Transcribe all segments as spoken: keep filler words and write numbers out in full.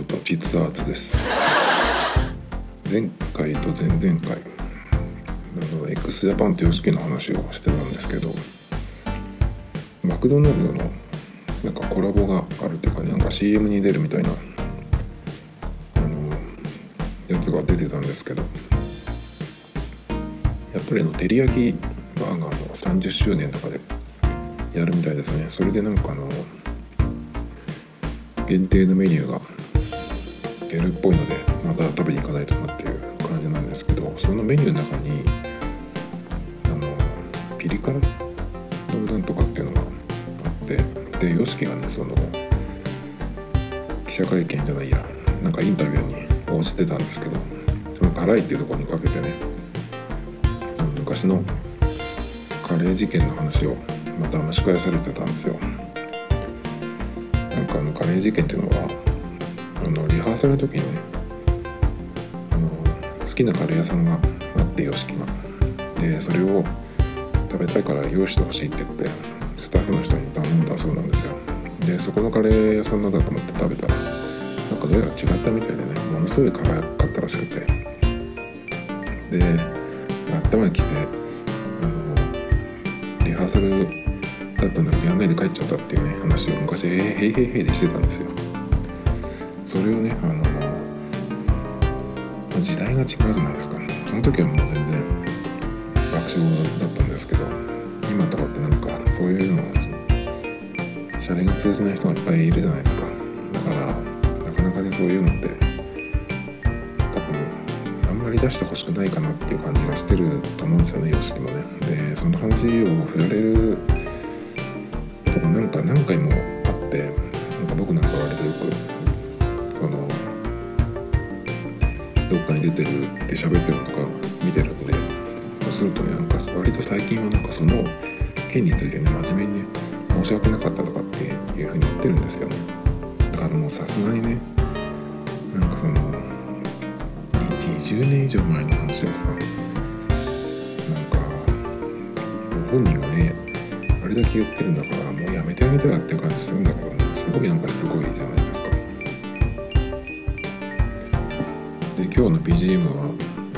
と実アーツです。前回と前々回あの x ジャパンと ヨシキの話をしてたんですけど、マクドナルドのなんかコラボがあるっていうかね、なんか シーエム に出るみたいなあのやつが出てたんですけど、やっぱりあの照り焼きバーガーのさんじゅっしゅうねんとかでやるみたいですね。それでなんかあの限定のメニューが出るっぽいので、また食べに行かないとなっていう感じなんですけど、そのメニューの中にあのピリ辛のなんとかっていうのがあって、で ヨシキがねその記者会見じゃないやなんかインタビューに応じてたんですけど、その辛いっていうところにかけてね、あの昔のカレー事件の話をまた蒸し返されてたんですよ。なんかあのカレー事件っていうのはあのリハーサルの時にね、あの好きなカレー屋さんがあって、ヨシキがでそれを食べたいから用意してほしいって言ってスタッフの人に頼んだそうなんですよ。でそこのカレー屋さんなんだと思って食べたら、なんかどうやら違ったみたいでね、ものすごい辛かったらしくて、で頭にきてあのリハーサルだったんだけどやんないで帰っちゃったっていうね話を昔へいへいへいでしてたんですよ。それをねあの時代が違うじゃないですか。その時はもう全然爆笑だったんですけど、今とかってなんかそういうのシャレが通じない人がいっぱいいるじゃないですか。だからなかなかねそういうのって多分あんまり出してほしくないかなっていう感じがしてると思うんですよね、ヨシキもね。でその話を振られるとかなんか何回もあって、なんか僕なんか割とよくそのどっかに出てるって喋ってるのとか見てるんで、そうするとねなんか割と最近はなんかその件についてね真面目にね申し訳なかったとかっていう風に言ってるんですよね。だからもうさすがにねなんかそのにじゅうねん以上前の話をさ、なんか本人がねあれだけ言ってるんだからもうやめてあげたらっていう感じするんだけど、ね、すごいなんかすごいじゃないですか。で今日の ビージーエム は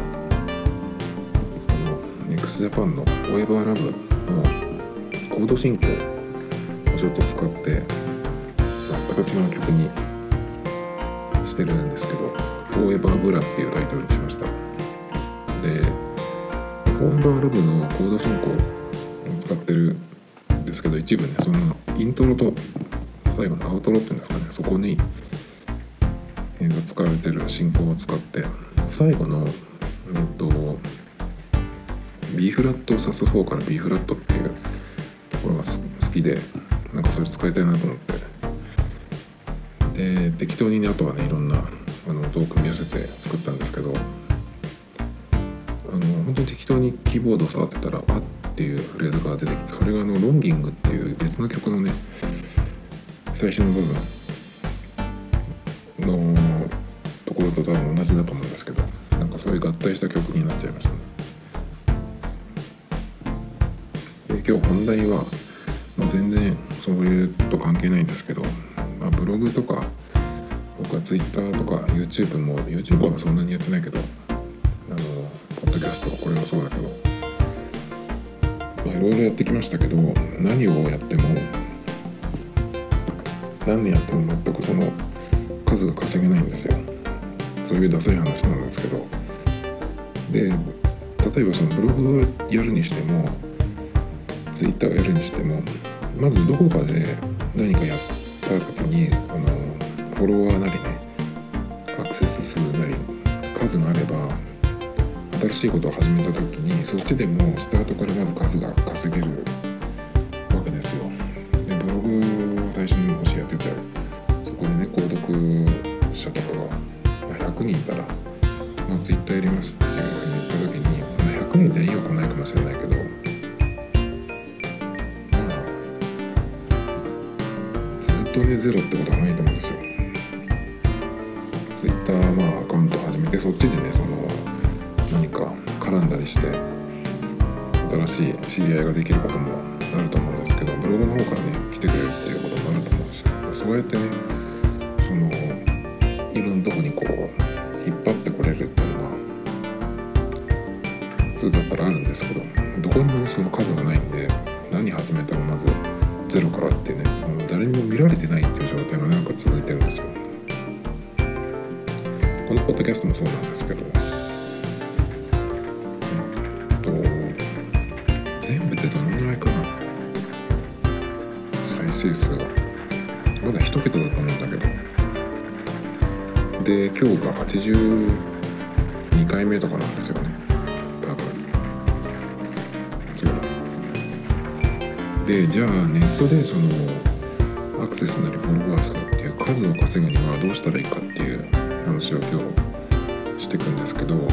その x ジャパンの Forever Love のコード進行をちょっと使って全く違う曲にしてるんですけど、 Forever Bra っていうタイトルにしました。で Forever Love のコード進行を使ってるんですけど、一部ねそのイントロと最後のアウトロっていうんですかね、そこに使われてる進行を使って最後のえっと B フラットサスフォーから B フラットっていうところが好きで、なんかそれ使いたいなと思って、で適当にねあとはねいろんなあの音を組み合わせて作ったんですけど、あの本当に適当にキーボードを触ってたらあっていうフレーズが出てきて、それがあのロンギングっていう別の曲のね最初の部分のところと多分同じだと思うんですけど、なんかそういう合体した曲になっちゃいましたね。で今日本題は、まあ、全然そういうと関係ないんですけど、まあ、ブログとか僕は Twitter とか YouTube も YouTube はそんなにやってないけど、あのポッドキャストこれもそうだけど、まあ、いろいろやってきましたけど、何をやっても何年やっても全くその数が稼げないんですよ。そういうダサい話なんですけど、で例えばそのブログをやるにしても Twitter をやるにしても、まずどこかで何かやった時にあのフォロワーなりねアクセス数なり数があれば、新しいことを始めた時にそっちでもスタートからまず数が稼げるわけですよ。でブログを最初にもしやってたら、そこでね購読者とかがひゃくにんいたら、まあ、Twitter やりますっていうふうに言った時に、まあ、ひゃくにん全員は来ないかもしれないけど、まあずっとねゼロってことはないと思うんですよ。Twitter まあアカウント始めてそっちでねその何か絡んだりして新しい知り合いができることもあると思うんですけど、ブログの方からね来てくれるっていうこともあると思うんですよ。そうやってねそのいろんなとこにこう引っ張ってこれるっていうのが普通だったらあるんですけど、どこにもその数がないんで、何始めてもまずゼロからってね、あの誰にも見られてないっていう状態がなんか続いてるんですよ。このポッドキャストもそうなんですけど、えっと全部でどのぐらいかな、再生数がまだ一桁だと思うんだけど、で今日がはちじゅうにかいめとかなんですよね、多分。そうだ。でじゃあネットでそのアクセスなりフォロワー数っていう数を稼ぐにはどうしたらいいかっていう話を今日していくんですけど、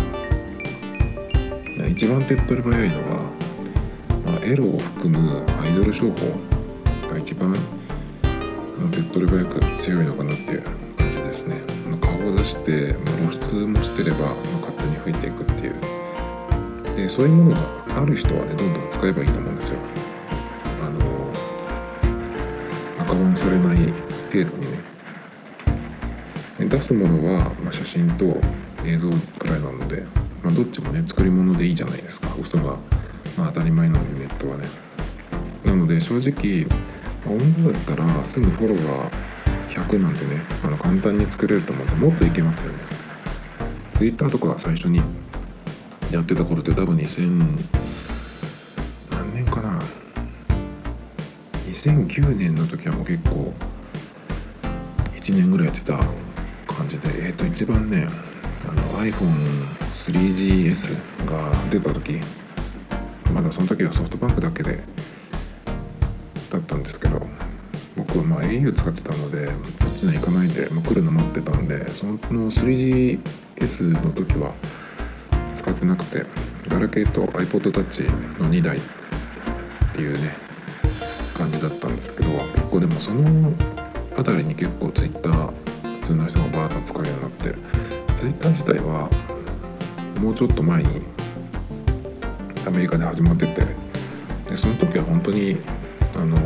一番手っ取り早いのは、まあ、エロを含むアイドル商法が一番手っ取り早く強いのかなっていう感じですね。顔を出して、まあ、露出もしてれば、まあ、勝手に増えていくっていう。でそういうものがある人はね、どんどん使えばいいと思うんですよ。あの赤バンされない程度にね。出すものは、まあ、写真と映像くらいなので、まあ、どっちもね作り物でいいじゃないですか。嘘が、まあ、当たり前なのでネットはね。なので正直、まあ、女だったらすぐフォロワーひゃくなんてね、あの簡単に作れると思うんですよ。もっといけますよね。ツイッターとか最初にやってた頃って多分にせん何年かな、にせんきゅうねんの時はもう結構いちねんぐらいやってた感じで、えっと一番ね、あの アイフォンスリージーエス が出た時、まだその時はソフトバンクだけでだったんですけど、僕はまあ エーユー 使ってたのでそっちには行かないで、まあ、来るの待ってたんで、その スリージーエス の時は使ってなくて、ガラケーと iPod Touch のにだいっていうね感じだったんですけど、結構でもそのあたりに結構 Twitter 普通の人がバーッと使うようになって、Twitter 自体はもうちょっと前にアメリカで始まってて、でその時は本当にあの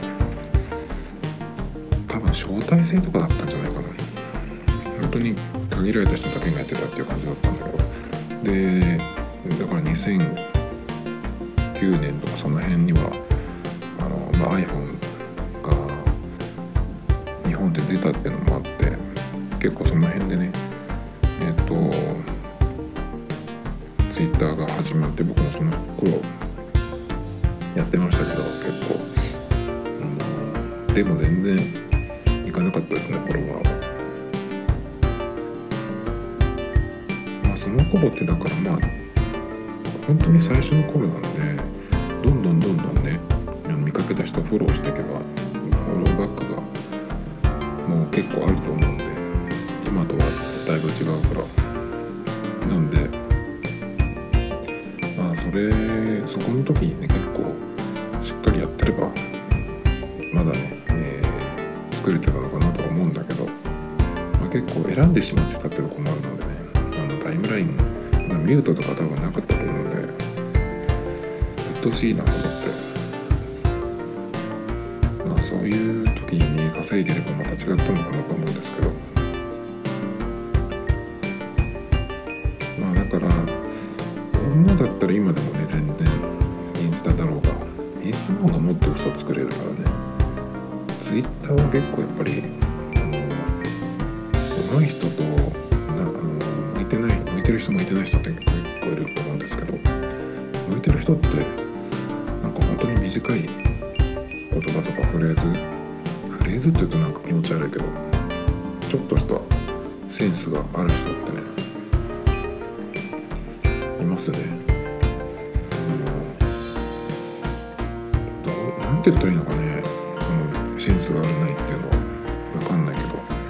多分招待制とかだったんじゃないかな。本当に限られた人だけがやってたっていう感じだったんだけど、でだからにせんきゅうねんとかその辺にはあの、まあ、iPhone が日本で出たっていうのもあって、結構その辺でねえっと Twitter が始まって、僕もその頃やってましたけど、結構、うん、でも全然いかなかったですね、フォロワーは。まあその頃ってだからまあ本当に最初の頃なんで、どんどんどんどんね見かけた人をフォローしていけば、フォローバックがもう結構あると思うんで、今とはだいぶ違うから。なんでまあそれそこの時にね結構しっかりやってればまだね、えー、作れてたのかなとは思うんだけど、まあ、結構選んでしまってたってとこもあるのでね、あのタイムライン、まあ、ミュートとか多分なかったと思うんで、うっとうしいなと思って、まあそういう時にね稼いでればまた違ったのかなと思うんですけど、まあだから女だったら今でもね全然インスタだろうが、インスタの方がもっと嘘作れるからね。ツイッターは結構やっぱりあの上手い人となあの向いてない向いてる人向いてない人って結構いると思うんですけど、向いてる人ってなんか本当に短い言葉とかフレーズフレーズって言うとなんか気持ち悪いけど、ちょっとしたセンスがある人ってねいますね。なんて言ったらいいのかね、そのセンスがあるないっていうのは分かんないけ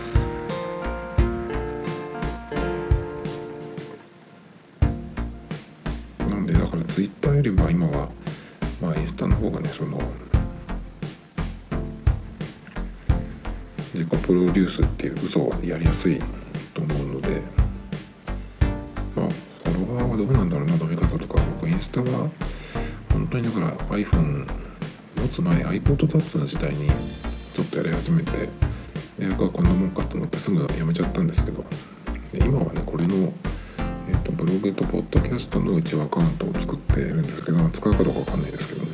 ど、なんでだからツイッターよりは今はまあインスタの方がね、その自己プロデュースっていう嘘をやりやすいと思うので、まあフォロワーはどうなんだろうな、伸び方とか。僕インスタは本当にだから iPhone 持つ前 iPod Touch の時代にちょっとやり始めて、 大学はこんなもんかと思ってすぐやめちゃったんですけど、で今はねこれの、えー、とブログとポッドキャストのうちアカウントを作ってるんですけど、使うかどうかわかんないですけどね。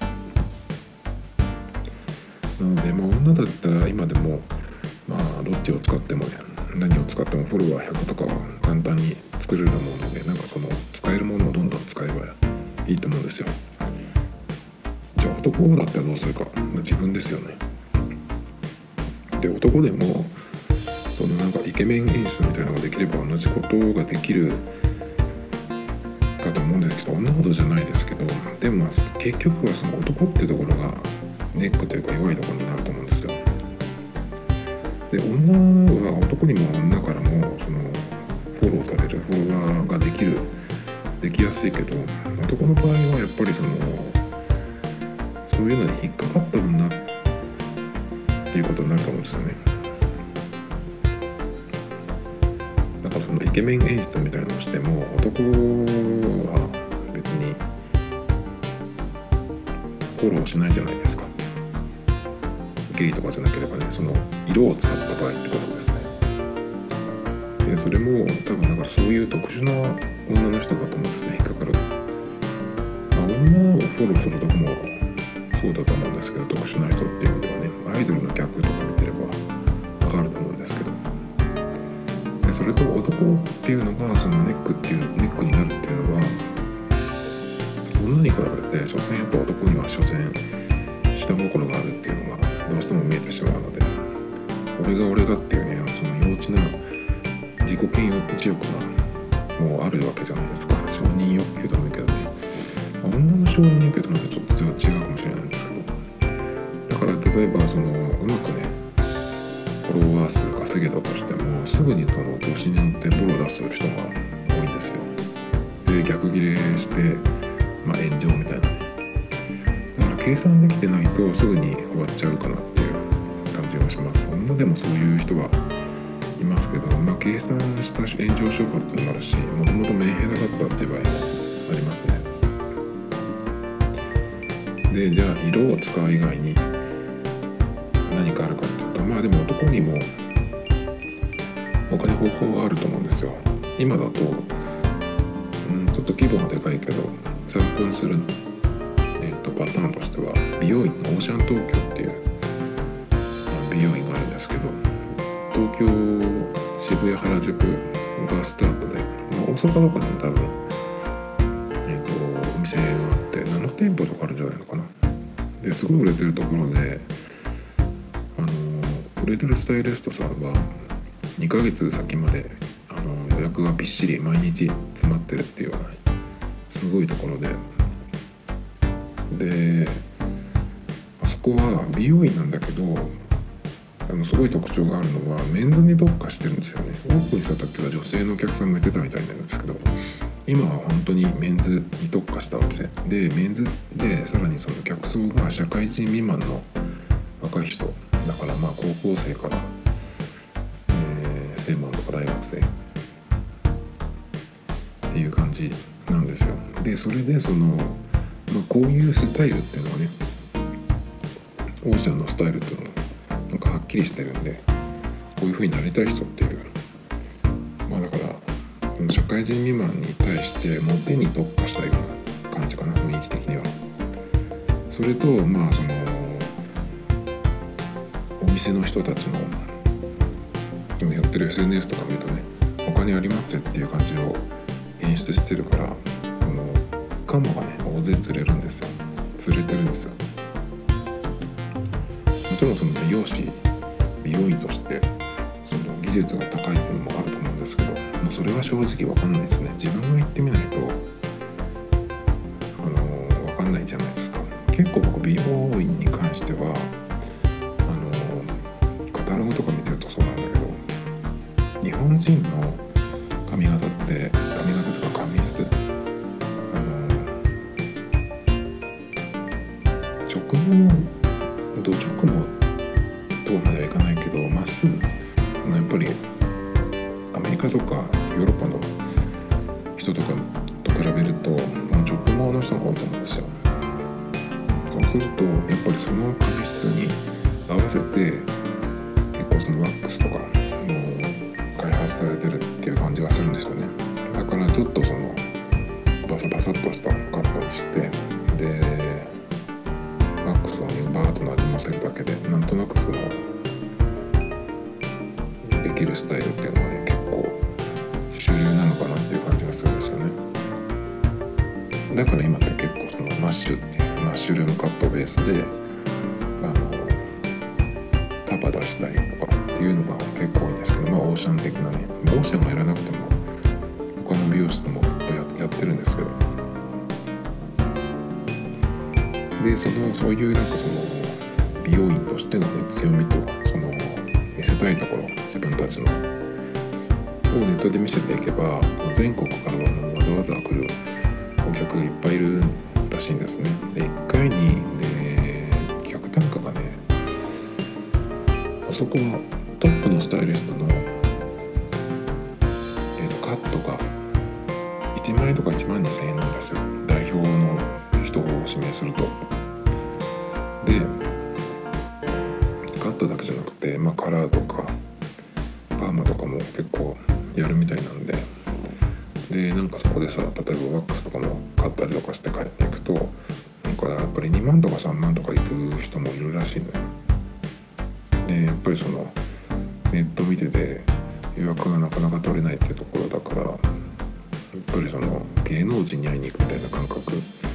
なのでまあ女だったら今でもまあどっちを使ってもね、何を使ってもフォロワーひゃくとかは簡単に作れると思うので、なんかその使えるものをどんどん使えばいいと思うんですよ。じゃあ男だったらどうするか、まあ、自分ですよね。で男でもそのなんかイケメン演出みたいなのができれば同じことができるかと思うんですけど、女ほどじゃないですけど、でも結局はその男ってところがネックというか弱いところになると思うんですよ。で女は男にも女からもそのフォローされるフォロワーができるできやすいけど、男の場合はやっぱりそのそういうのに引っかかった女っていうことになると思うんですよね。だからそのイケメン演出みたいなのをしても男は別にフォローしないじゃないですか。ゲイとかじゃなければね、その色を使った場合ってことですね。でそれも多分だからそういう特殊な女の人だと思うんですね、引っかかる。まあ、女をフォローするとこもそうだと思うんですけど、特殊な人っていう意味ではね、アイドルの逆とか見てれば分かると思うんですけど、でそれと男っていうのがそのネックっていうネックになるっていうのは、女に比べて所詮やっぱ男には所詮下心があるっていうのがどうしても見えてしまうので、俺が俺がっていうね、その幼稚な自己嫌悪欲がもうあるわけじゃないですか。承認欲求ともいいけどね、女の承認欲求とまたちょっと違うかもしれないんですけど、だから例えばそのうまくねフォロワー数稼げたとしてもすぐにその調子に乗ってボロ出す人が多いんですよ。で逆ギレして、まあ、炎上みたいなね。だから計算できてないとすぐに終わっちゃうかなっていう感じがします。女でもそういう人はいますけど、まあ、計算した炎上商法っていうのもあるし、もともとメンヘラだったっていう場合もありますね。でじゃあ色を使う以外に何かあるかっていうと、まあでも男にも他に方法があると思うんですよ。今だと、うん、ちょっと規模がでかいけど参考にする、えー、とパターンとしては美容院のオーシャン東京っていう美容院があるんですけど、東京渋谷原宿がスタートで、まあ、大阪とかにも多分、えー、とお店があってなな店舗とかあるんじゃないのかな。ですごい売れてるところで、あの売れてるスタイリストさんはにかげつ先まであの予約がびっしり毎日詰まってるっていうようなすごいところで、であそこは美容院なんだけど、あのすごい特徴があるのはメンズに特化してるんですよね。オープンした時は女性のお客さんもいてたみたいなんですけど、今は本当にメンズに特化したお店で、メンズでさらにその客層が社会人未満の若い人だから、まあ高校生から、えー、専門とか大学生っていう感じなんですよ。でそれでその、まあ、こういうスタイルっていうのはね、オーシャンのスタイルっていうのはなんかはっきりしてるんで、こういう風になりたい人っていう、まあだから社会人未満に対してモテに特化したような感じかな、雰囲気的には。それとまあそのお店の人たちのでもやってる エスエヌエス とか見るとね、お金ありますぜっていう感じを演出してるから、あのカモがね大勢釣れるんですよ。釣れてるんですよ。もちろんその美容師美容院としてその技術が高いっていうのもあると思うんですけど、もうそれは正直わかんないですね。自分が行ってみないとあのわかんないじゃないですか。結構僕美容院に関してはあのカタログとか見てるとそうなんだけど、日本人の髪型って髪型とか髪質、あの直毛土直毛とまではいかないけど、まっすぐあのやっぱりアメリカとかヨーロッパの人とかと比べると直毛の人が多いと思うんですよ。そうするとやっぱりその髪質に合わせて結構構そのワックスとかも開発されてるっていう感じがするんですよね。だからちょっとそのバサバサっとしたカットにして、でワックスをねバーッとなじませるだけでなんとなくそのできるスタイルっていうのはね結構主流なのかなっていう感じがするんですよね。だから今って結構そのマッシュっていうマッシュルームカットベースであの束出したりとかっていうのが結構多いんですけど、まあオーシャン的なね、オーシャンもやらなくても他の美容室ともや, やってるんですけど、でそのそういうなんかその美容院としての、ね、強みとその見せたいところ自分たちのをネットで見せていけば全国からわざわざ来るお客がいっぱいいるらしいんですね。でいっかいにで客単価がね、あそこはトップのスタイリストの、えー、とカットがいちまんえんとかいちまんにせんえんなんですよ、代表の人を指名すると。でカットだけじゃなくて、まあ、カラーとかパーマとかも結構やるみたいなんで、でなんかそこでさ、例えばワックスとかも買ったりとかして帰っていくと、なんかやっぱりにまんとかさんまんとか行く人もいるらしいのよ。でやっぱりそのネット見てて予約がなかなか取れないっていうところだから、やっぱりその芸能人に会いに行くみたいな感覚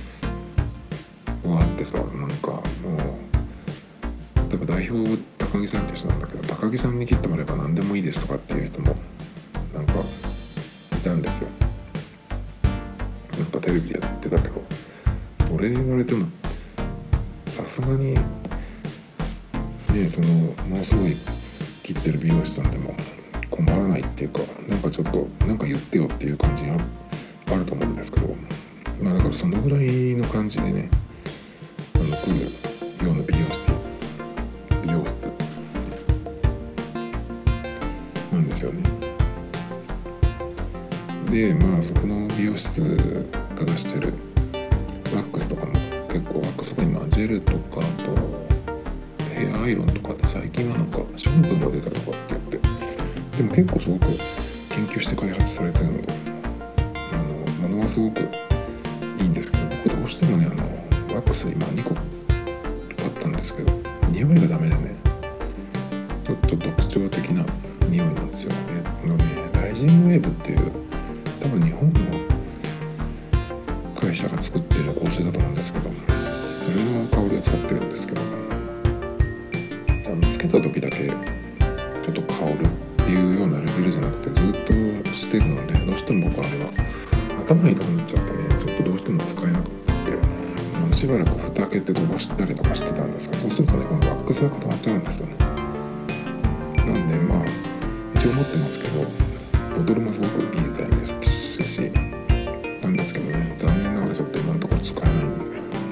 があってさ、なんかもう例えば代表高木さんっていう人なんだけど、高木さんに切ってもらえば何でもいいですとかっていう人もなんかいたんですよ。なんかテレビでやってたけど、それ言われてもさすがにね、そのものすごい切ってる美容師さんでも困らないっていうか、なんかちょっとなんか言ってよっていう感じがあると思うんですけど、まあだからそのぐらいの感じでね、あの来るような美容室美容室なんですよね。でまあそこの美容室が出してるワックスとかも結構ワックスとか今ジェルとかあとヘアアイロンとかって最近はなんかシャンプーも出たとかって言って、でも結構すごく研究して開発されてるので、あのものはすごくいいんですけど、僕どうしてもねあのワックス今にこ買ったんですけど、匂いがダメでね、ちょっと特徴的な匂いなんですよね。このねライジングウェーブっていう多分日本の会社が作ってる香水だと思うんですけど、それの香りを使ってるんですけど、あのつけた時だけちょっと香るっていうようなレベルじゃなくてずっとしてるので、どうしても僕はあれは頭が痛くなっちゃってね、ちょっとどうしても使えなくて、あのしばらく蓋開けて飛ばしたりとかしてたんですが、そうするとねこのワックスが固まっちゃうんですよね。なんでまあ一応持ってますけど、ボトルもすごくいいデザインですしなんですけどね、残念ながらちょっと今のところ使えないん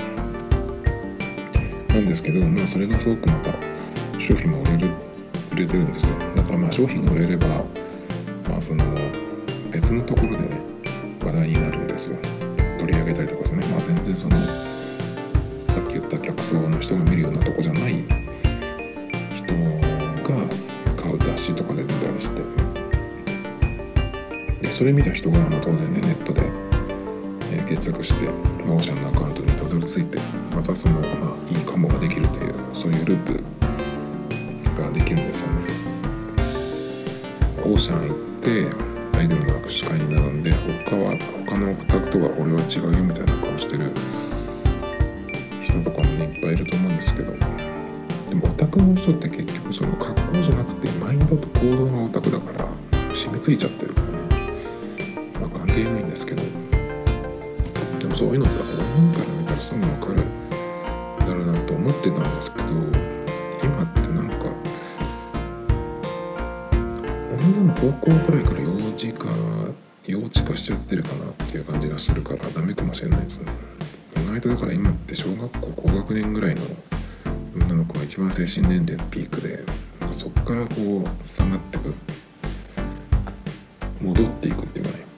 でなんですけど、まあそれがすごくまた商品も売れる売れてるんですよ。だからまあ商品が売れればまあその別のところでね話題になるんですよ。取り上げたりとかですね、まあ全然そのさっき言った客層の人が見るようなとこじゃない人が買う雑誌とかで出たりして、でそれ見た人がまあ当然ねネットで、えー、検索してオーシャンのアカウントにたどり着いて、またその、まあ、いいカモができるというそういうループができるんですよね。オーシャン行ってアイドルの握手会に並んで、他は他のオタクとは俺は違うよみたいな顔してる人とかもねいっぱいいると思うんですけど、でもオタクの人って結局その格好じゃなくてマインドと行動がオタクだから染みついちゃってるからね、まあ関係ないんですけど、でもそういうのって本人から見たらすぐ分かるだろうなと思ってたんですけど、今ってなんか女も高校くらいから幼児化幼稚化しちゃってるかなっていう感じがするからダメかもしれないですね。意外とだから今って小学校高学年ぐらいの女の子が一番精神年齢のピークで、なんかそこからこう下がってく戻っていくっていうかね、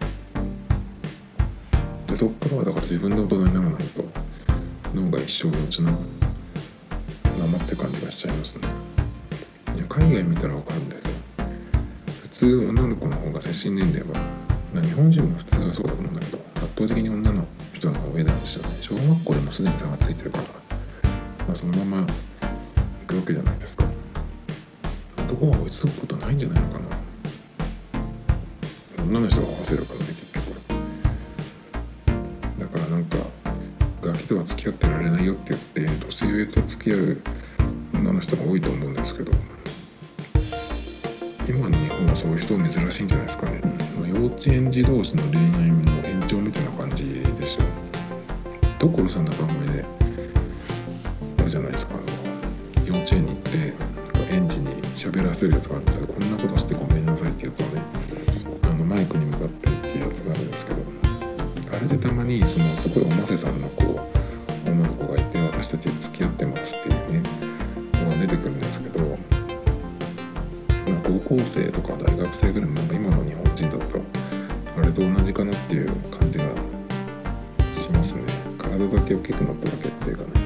でそこからはだから自分で大人にならないと脳が一生落ちなくままって感じがしちゃいますね。いや海外見たら分かるんですよ。普通女の子の方が接近年齢は、まあ、日本人も普通はそうだと思うんだけど圧倒的に女の人の方が上なんですよね。小学校でもすでに差がついてるから、まあ、そのまま行くわけじゃないですか。男は追いつくことないんじゃないのかな。女の人が合わせるからね結局。だからなんかガキとは付き合ってられないよって言って年上と付き合う女の人が多いと思うんですけど、今の日本はそういう人珍しいんじゃないですかね。幼稚園児同士の恋愛の延長みたいな感じでしょ。所さんの番組であるじゃないですか。あの幼稚園に行って園児に喋らせるやつがあるんですよ。こんなことしてごめんなさいってやつをね、あのマイクに向かってっていうやつがあるんですけど、あれでたまにそのすごいおませさんの子女の子がいて私たち付き合ってますっていうねのが出てくるんですけど、高校生とか大学生ぐらいの今の日本人だったらあれと同じかなっていう感じがしますね。体だけ大きくなっただけっていうかね、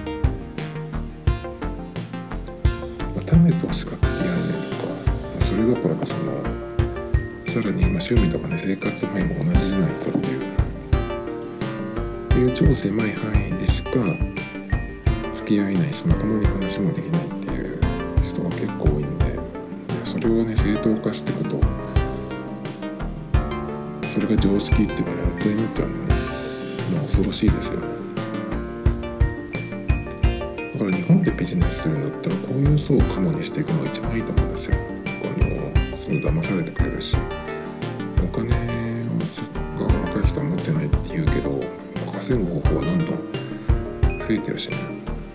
まあ、タメとしか付き合えないとか、まあ、それどころかそのさらに今趣味とかね生活範囲も同じじゃないかっていうっていう超狭い範囲でしか付き合えないし、まともに話もできないっていう人が結構多いんで、それをね正当化していくとそれが常識っていうかね普通になっちゃうんでね、まあ恐ろしいですよね。だから日本でビジネスするんだったらこういう層をカモにしていくのが一番いいと思うんですよ。あのすぐ騙されてくれるし、お金が若い人は持ってないって言うけど稼ぐ方法はどんどん増えてるしね。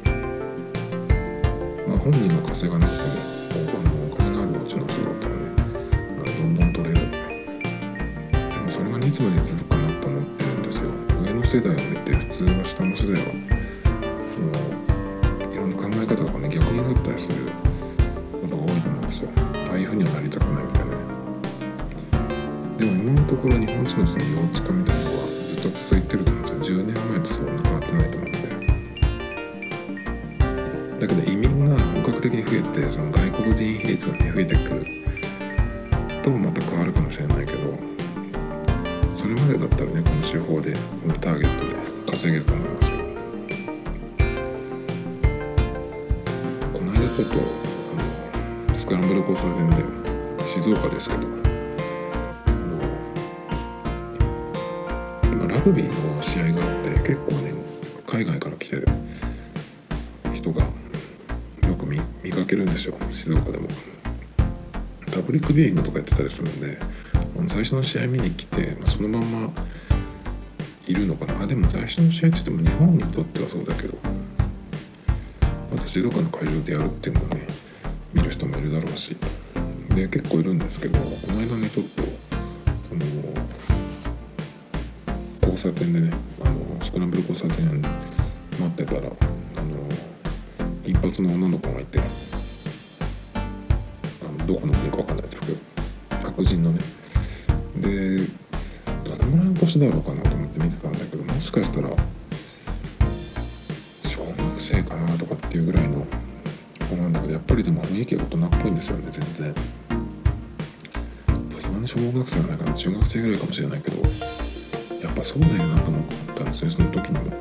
まあ本人が稼がなくてもお金のあるうちの人だったらねどんどん取れる。でもそれがいつまで続くかなと思ってるんですよ。上の世代を見て普通は下の世代はそのいろんな考え方とかね逆になったりすることが多いと思うんですよ。ああいう風にはなりたくないみたいな。でも今のところ日本人のその幼稚化みたいなのはずっと続いてると思うんですよ。じゅうねんまえとそんな変わってないと思うんで。だけど移民が本格的に増えてその外国人比率がね増えてくるとまた変わるかもしれないけど、それまでだったらねこの手法でこのターゲットで稼げると思いますよ。この間ちょっとあのスクランブル交差点で静岡ですけど、あの今ラグビーの試合があって結構ね海外から来てる人がよく 見, 見かけるんですよ。静岡でもパブリックビューイングとかやってたりするんで、あの最初の試合見に来て、まあ、そのまんまいるのかな。あでも最初の試合って言っても日本にとってはそうだけど、また静岡の会場でやるっていうのもね見る人もいるだろうし、で結構いるんですけど、この間ねちょっとその交差点でねあのスクランブル交差点待ってたらあの一発の女の子がいて、あのどこの国か分かんないですけど白人のねでどれぐらいの年だろうかなと思って見てたんだけど、もしかしたら小学生かなとかっていうぐらいの子なんだけど、やっぱりでも雰囲気が大人っぽいんですよね。全然さすがに小学生はないかな、中学生ぐらいかもしれないけど、やっぱそうだよなと思ったんですよその時にも。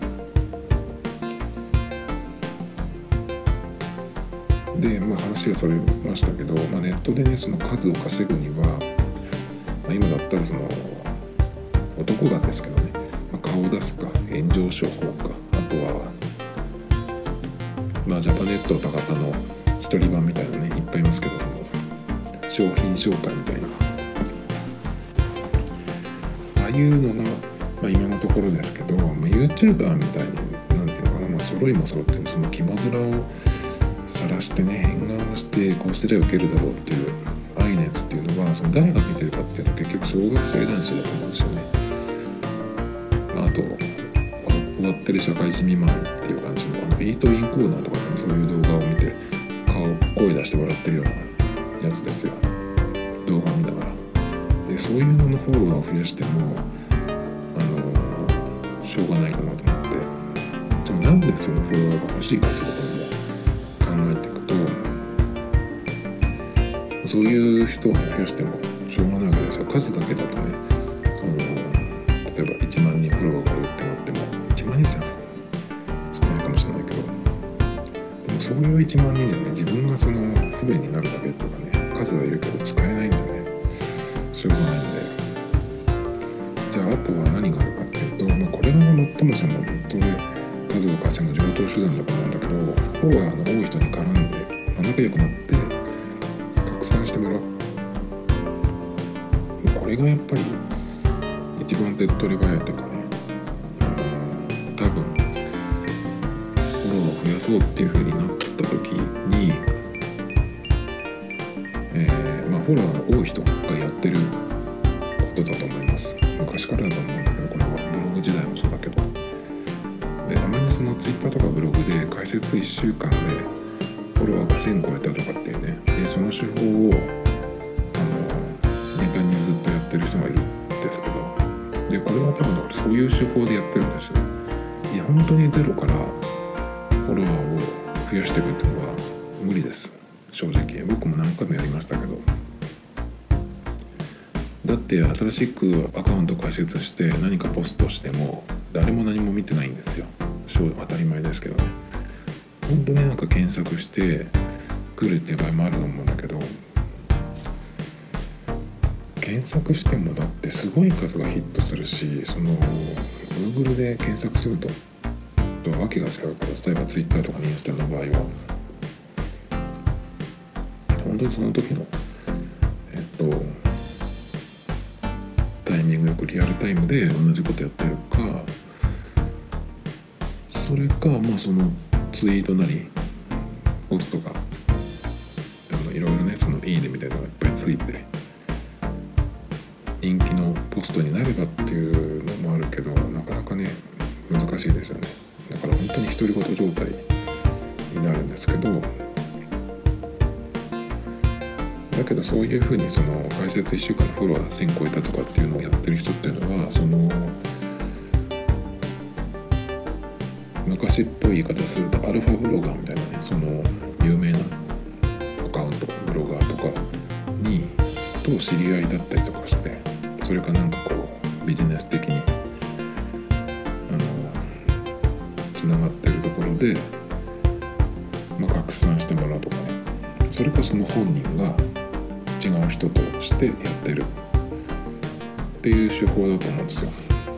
でまあ話がそれましたけど、まあ、ネットでねその数を稼ぐには、まあ、今だったらその男がですけどね、まあ、顔を出すか炎上商法か、あとはまあジャパネット高田の一人版みたいなねいっぱいいますけども、商品紹介みたいなああいうのが、まあ、今のところですけど、まあ、YouTuber みたいになんていうのかな、まあ、揃いも揃ってその肝面を晒してね変顔をしてこうすれば受けるだろうっていう愛のやつっていうのはその誰が見てるかっていうのは結局小学生男子だと思うんですよね。まあ、あと終わってる社会人未満っていう感じのあのビートインコーナーとかね、そういう動画を見て顔声出して笑ってるようなやつですよ、動画を見ながら。でそういうののフォロワーを増やしてもあのしょうがないかなと思って、でもなんでそのフォロワーが欲しいかっていうところも考えていくと、 そういう人を増やしてもしょうがないわけですよ。数だけだとね、その例えばいちまんにんフォロワーがいるってなってもいちまんにんじゃない少ないかもしれないけど、でもそういういちまんにんじゃね、自分がその不便になるだけとかね、数はいるけど使えないんでね、しょうがないんで、じゃああとは何があるかっていうと、まあ、これが最もそのネットで数を稼ぐ上等手段だと思うんだけど、フォロワーの多い人に絡んで、まあ、仲良くなって拡散してもらう。これがやっぱり一番手っ取り早いというかね、多分フォロワーを増やそうっていう風になった時に、えーまあ、フォロワーが多い人がやってることだと思います。昔からだと思うんだけど、これはブログ時代もそうだけど、でたまにそのツイッターとかブログで解説いっしゅうかんでフォロワーがせん超えたとかっていうね、でその手法をあのネタにずっとやってる人がいるんですけど、でこれは多分だからそういう手法でやってるんですよ。いや本当にゼロからフォロワーを増やしていくっていうのは無理です。正直僕も何回もやりましたけど、だって新しくアカウント開設して何かポストしても誰も何も見てないんですよ。当たり前ですけどね。本当になんか検索して来るっていう場合もあると思うんだけど、検索してもだってすごい数がヒットするし、その Google で検索するととわけが違うから、例えば Twitter とかインスタの場合は本当にその時のえっとタイミングよくリアルタイムで同じことやってるか、それかまあそのツイートなりポストがあのいろいろね、そのいいねみたいなのがいっぱいついて人気のポストになればっていうのもあるけど、なかなかね難しいですよね。だから本当に独り言状態になるんですけど、だけどそういうふうにその開設いっしゅうかんでフォロワーせん超えたとかっていうのをやってる人っていうのは、その昔っぽい言い方するとアルファブロガーみたいなね、その有名なアカウントブロガーとかにと知り合いだったりとかして、それかなんかこうビジネス的にあのつながってるところで、まあ、拡散してもらうとかね、それかその本人が違う人としてやってるっていう手法だと思うんですよ。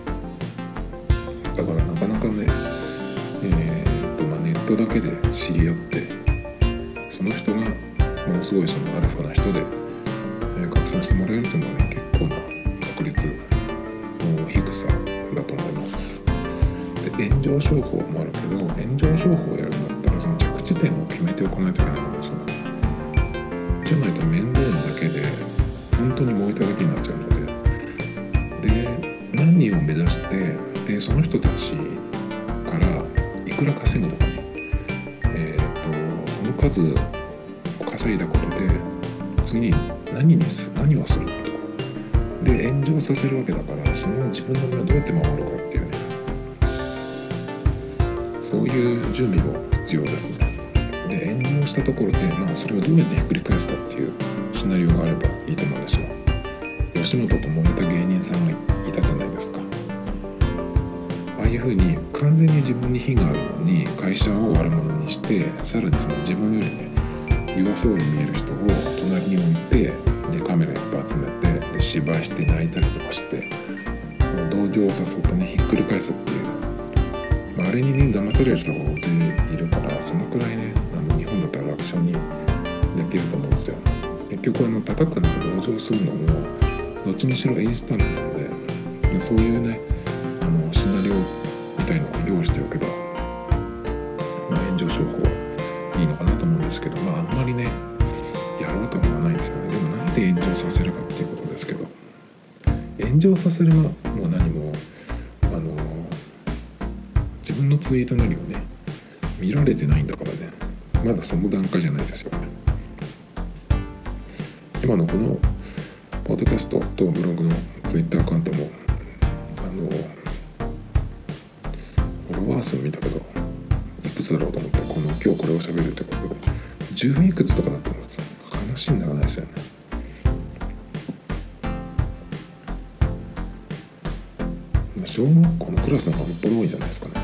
だからなかなかね、えーとまあ、ネットだけで知り合ってその人がものすごいそのアルファな人で、えー、拡散してもらえるというのはね、結構な確率の低さだと思います。で炎上商法もあるけど、炎上商法をやるんだったらその着地点を決めておかないといけないと思うんですよね。じゃないと面倒なだけで本当に燃えただけになっちゃうので、で何人を目指して、でその人たちからいくら稼ぐのかね、えーとその数を稼いだことで次に何にす何をするとかで炎上させるわけだから、その自分の身をどうやって守るかっていうね、そういう準備も必要ですね。で炎上したところで、まあ、それをどうやってひっくり返すかっていうシナリオがあればいいと思うんですよ。吉本と揉めた芸人さんがいたじゃないですか。ああいう風に完全に自分に非があるのに会社を悪者にして、さらにその自分よりね弱そうに見える人を隣に置いて、でカメラいっぱい集めて、で芝居して泣いたりとかして、同情を誘ってねひっくり返すっていう、まあ、あれにね騙される人が大勢いるから、そのくらいねあの日本だったら楽勝にできると思うんですよ。結局あの叩くのも同情するのもどっちにしろインスタントなんで、でそういうねあのシナリオみたいのを用意しておけば、まあ、炎上商法いいのかなと思うんですけど、まああんまりねやろうとは思わないんですよね。でも何で炎上させるかっていうことですけど、炎上させるのも何もあの自分のツイートなりをね見られてないんだからね、まだその段階じゃないですよね。今のこのポッドキャストとブログのツイッターアカウントもあのフォロワー数見たけどいくつだろうと思って、この今日これを喋るってことでじゅういくつとかだったんです。悲話にならないですよね。小学校のクラスなんかもっぽど多いんじゃないですかね。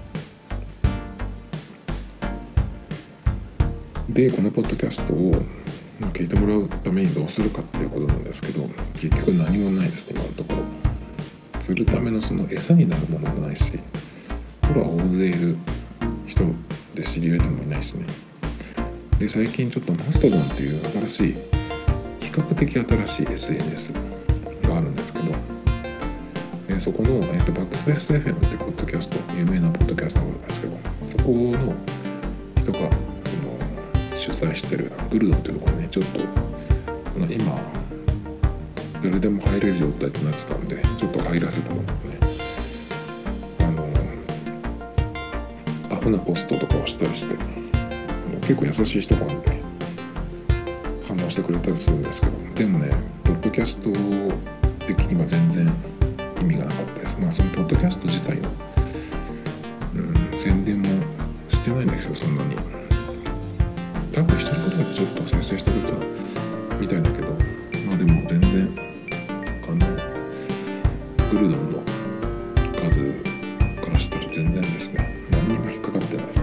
でこのポッドキャストを聞いてもらうためにどうするかっていうことなんですけど、結局何もないですね今のところ。釣るためのその餌になるものもないし、フォロワー大勢いる人で知り合いともいないしね。で最近ちょっとマストドンっていう新しい比較的新しい エスエヌエス があるんですけど、でそこの、えー、とバックスペース エフエム ってポッドキャスト、有名なポッドキャストなんですけど、そこの人がその主催してるグルドンというところね、ちょっとこの今誰でも入れる状態となってたんで、ちょっと入らせてもらってね、あのアホなポストとかをしたりして、結構優しい人がなんで反応してくれたりするんですけど、でもねポッドキャスト的には全然意味がなかったです。まあそのポッドキャスト自体の、うん、宣伝もしてないんですよそんなに。多分一人ことでちょっと再生してくれたみたいだけど、まあでも全然あのグルドンの数からしたら全然ですね、何にも引っかかってないです。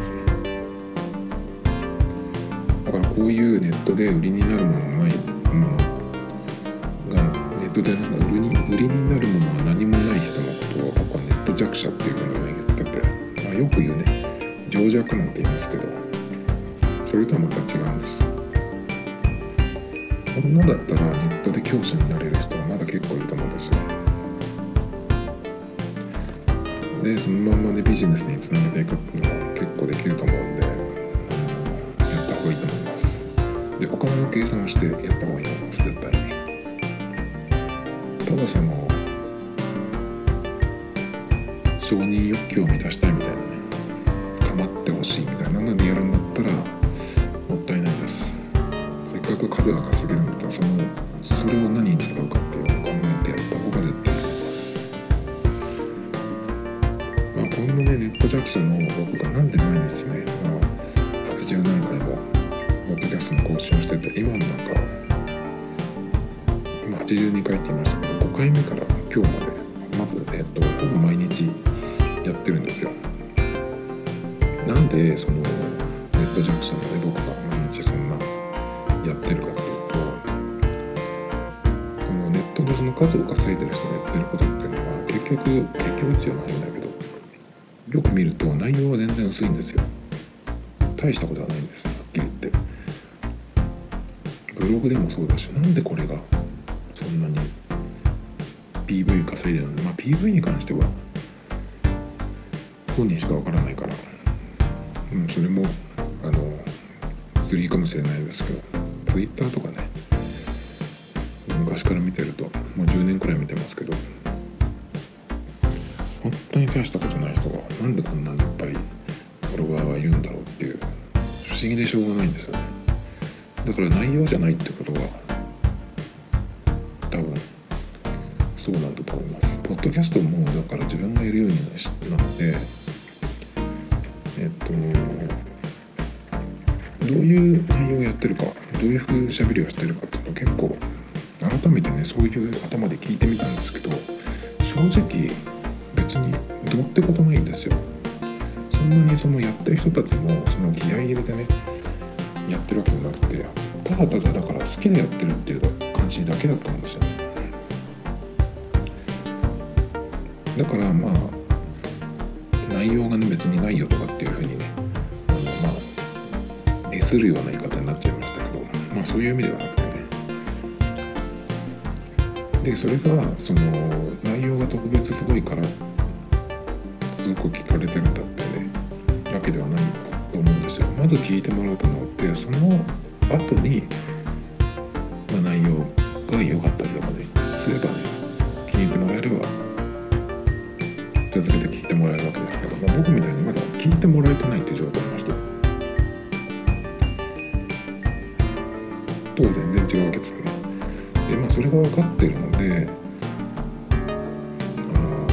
だからこういうネットで売りになるものないものがネットで売りに売りになるものが何もない人のことを僕はネット弱者っていうふうに言ってて、まあ、よく言うね情弱なんて言いますけど、それとはまた違うんですよ。こんなだったらネットで教師になれる人はまだ結構いると思うんですよ。でそのまんまでビジネスにつなげていくっていうのは結構できると思うんで、やった方がいいと思います。でお金の計算をしてやった方がいいと思います絶対に。ただその承認欲求を満たしたいみたいなね、構ってほしいみたいなのでやるんだったらもったいないです。せっかく数が稼げるんだったらそのそれを何に使うかっていうのを考えてやった方が絶対いいと思います。まあこんなねネット弱者の僕がなんで前ですね、まあ、はちじゅうなんかいもポッドキャストの更新をしてて、今もなんか今はちじゅうにかいって言いましたけど、ごかいめから今日までまずえっとほぼ毎日やってるんですよ。なんでそのネット弱者のね僕が毎日そんなやってるかというと、そのネットでその数を稼いでる人がやってることっていうのは結局結局じゃないんだけど、よく見ると内容は全然薄いんですよ。大したことはないんです、はっきり言って。ブログでもそうだし、なんでこれがそんなに ピーブイ 稼いでるので、まあ ピーブイ に関しては本人しかわからないから、うん、それもあの釣りかもしれないですけど、ツイッターとかね昔から見てると、まあ、じゅうねんくらい見てますけど、本当に大したことない人がなんでこんなにいっぱいフォロワーはいるんだろうっていう不思議でしょうがないんですよね。だから内容じゃないってことは多分そうなんだと思います。ポッドキャストもだから自分がやるようになってえっとどういう内容をやってるか、どういう風喋りをしてるかっていうのを結構改めてねそういう頭で聞いてみたんですけど、正直別にどうってことないんですよ。そんなにそのやってる人たちもその気合い入れてねやってるわけじゃなくて、ただただだから好きでやってるっていう感じだけだったんですよね。だからまあ内容がね別にないよとかっていう風にね、あのまあディスるような言い方になっちゃいましたけど、まあそういう意味ではなくてね。でそれがその内容が特別すごいからすごく聞かれてるんだってねわけではないと思うんですよ。まず聞いてもらうとなって、その後に、まあ、内容が良かったりとかねすればね気に入ってもらえれば続けて聞いてもらえるわけですけど、まあ、僕みたいにまだ聞いてもらえてないっていう状態の人とは全然違うわけですよね。でまあそれが分かってるので、あの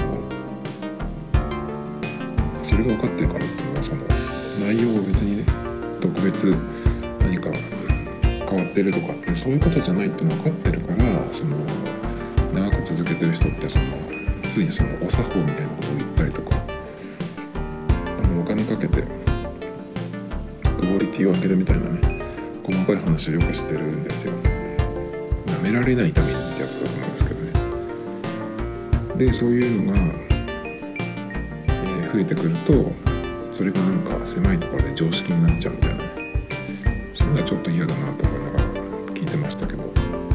それが分かってるからっていうのはその内容を別にね特別何か変わっってるとかってそういうことじゃないって分かってるから、その長く続けてる人ってそのついそのお作法みたいなことを言ったりとか、あのお金かけてクオリティを上げるみたいなね細かい話をよくしてるんですよ。舐められないためにってやつだと思うんですけどね。でそういうのが、えー、増えてくるとそれがなんか狭いところで常識になっちゃうみたいなね、そういうのはちょっと嫌だなと思いながら聞いてましたけど、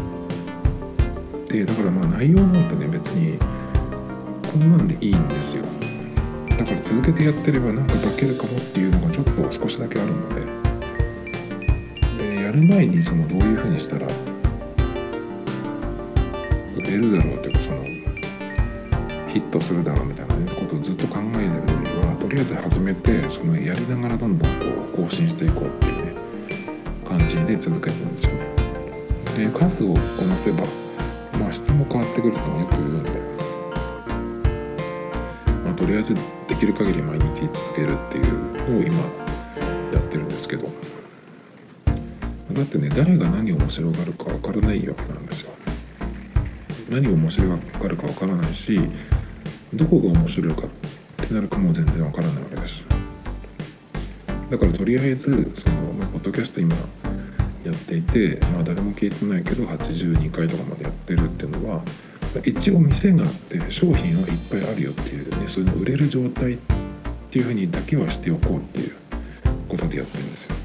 でだからまあ内容なんてね別にこんなんでいいんですよ。だから続けてやってればなんか化けるかもっていうのがちょっと少しだけあるので、でやる前にそのどういう風にしたら売れるだろうというか、そのヒットするだろうみたいな、ね、ことをずっと考えてるよりは、とりあえず始めてそのやりながらどんどんこう更新していこうっていうね感じで続けてるんですよね。で数をこなせば、まあ、質も変わってくるともよく言うんで、まあ、とりあえずできる限り毎日続けるっていうのを今やってるんですけど、だってね誰が何を面白がるか分からないわけなんですよ。何を面白がるか分からないし、どこが面白いかってなるかも全然分からないわけです。だからとりあえずその、まあ、ポッドキャスト今やっていて、まあ、誰も聞いてないけどはちじゅうにかいとかまでやってるっていうのは、一応店があって商品はいっぱいあるよっていうね、そういうの売れる状態っていうふうにだけはしておこうっていうことでやってるんですよ。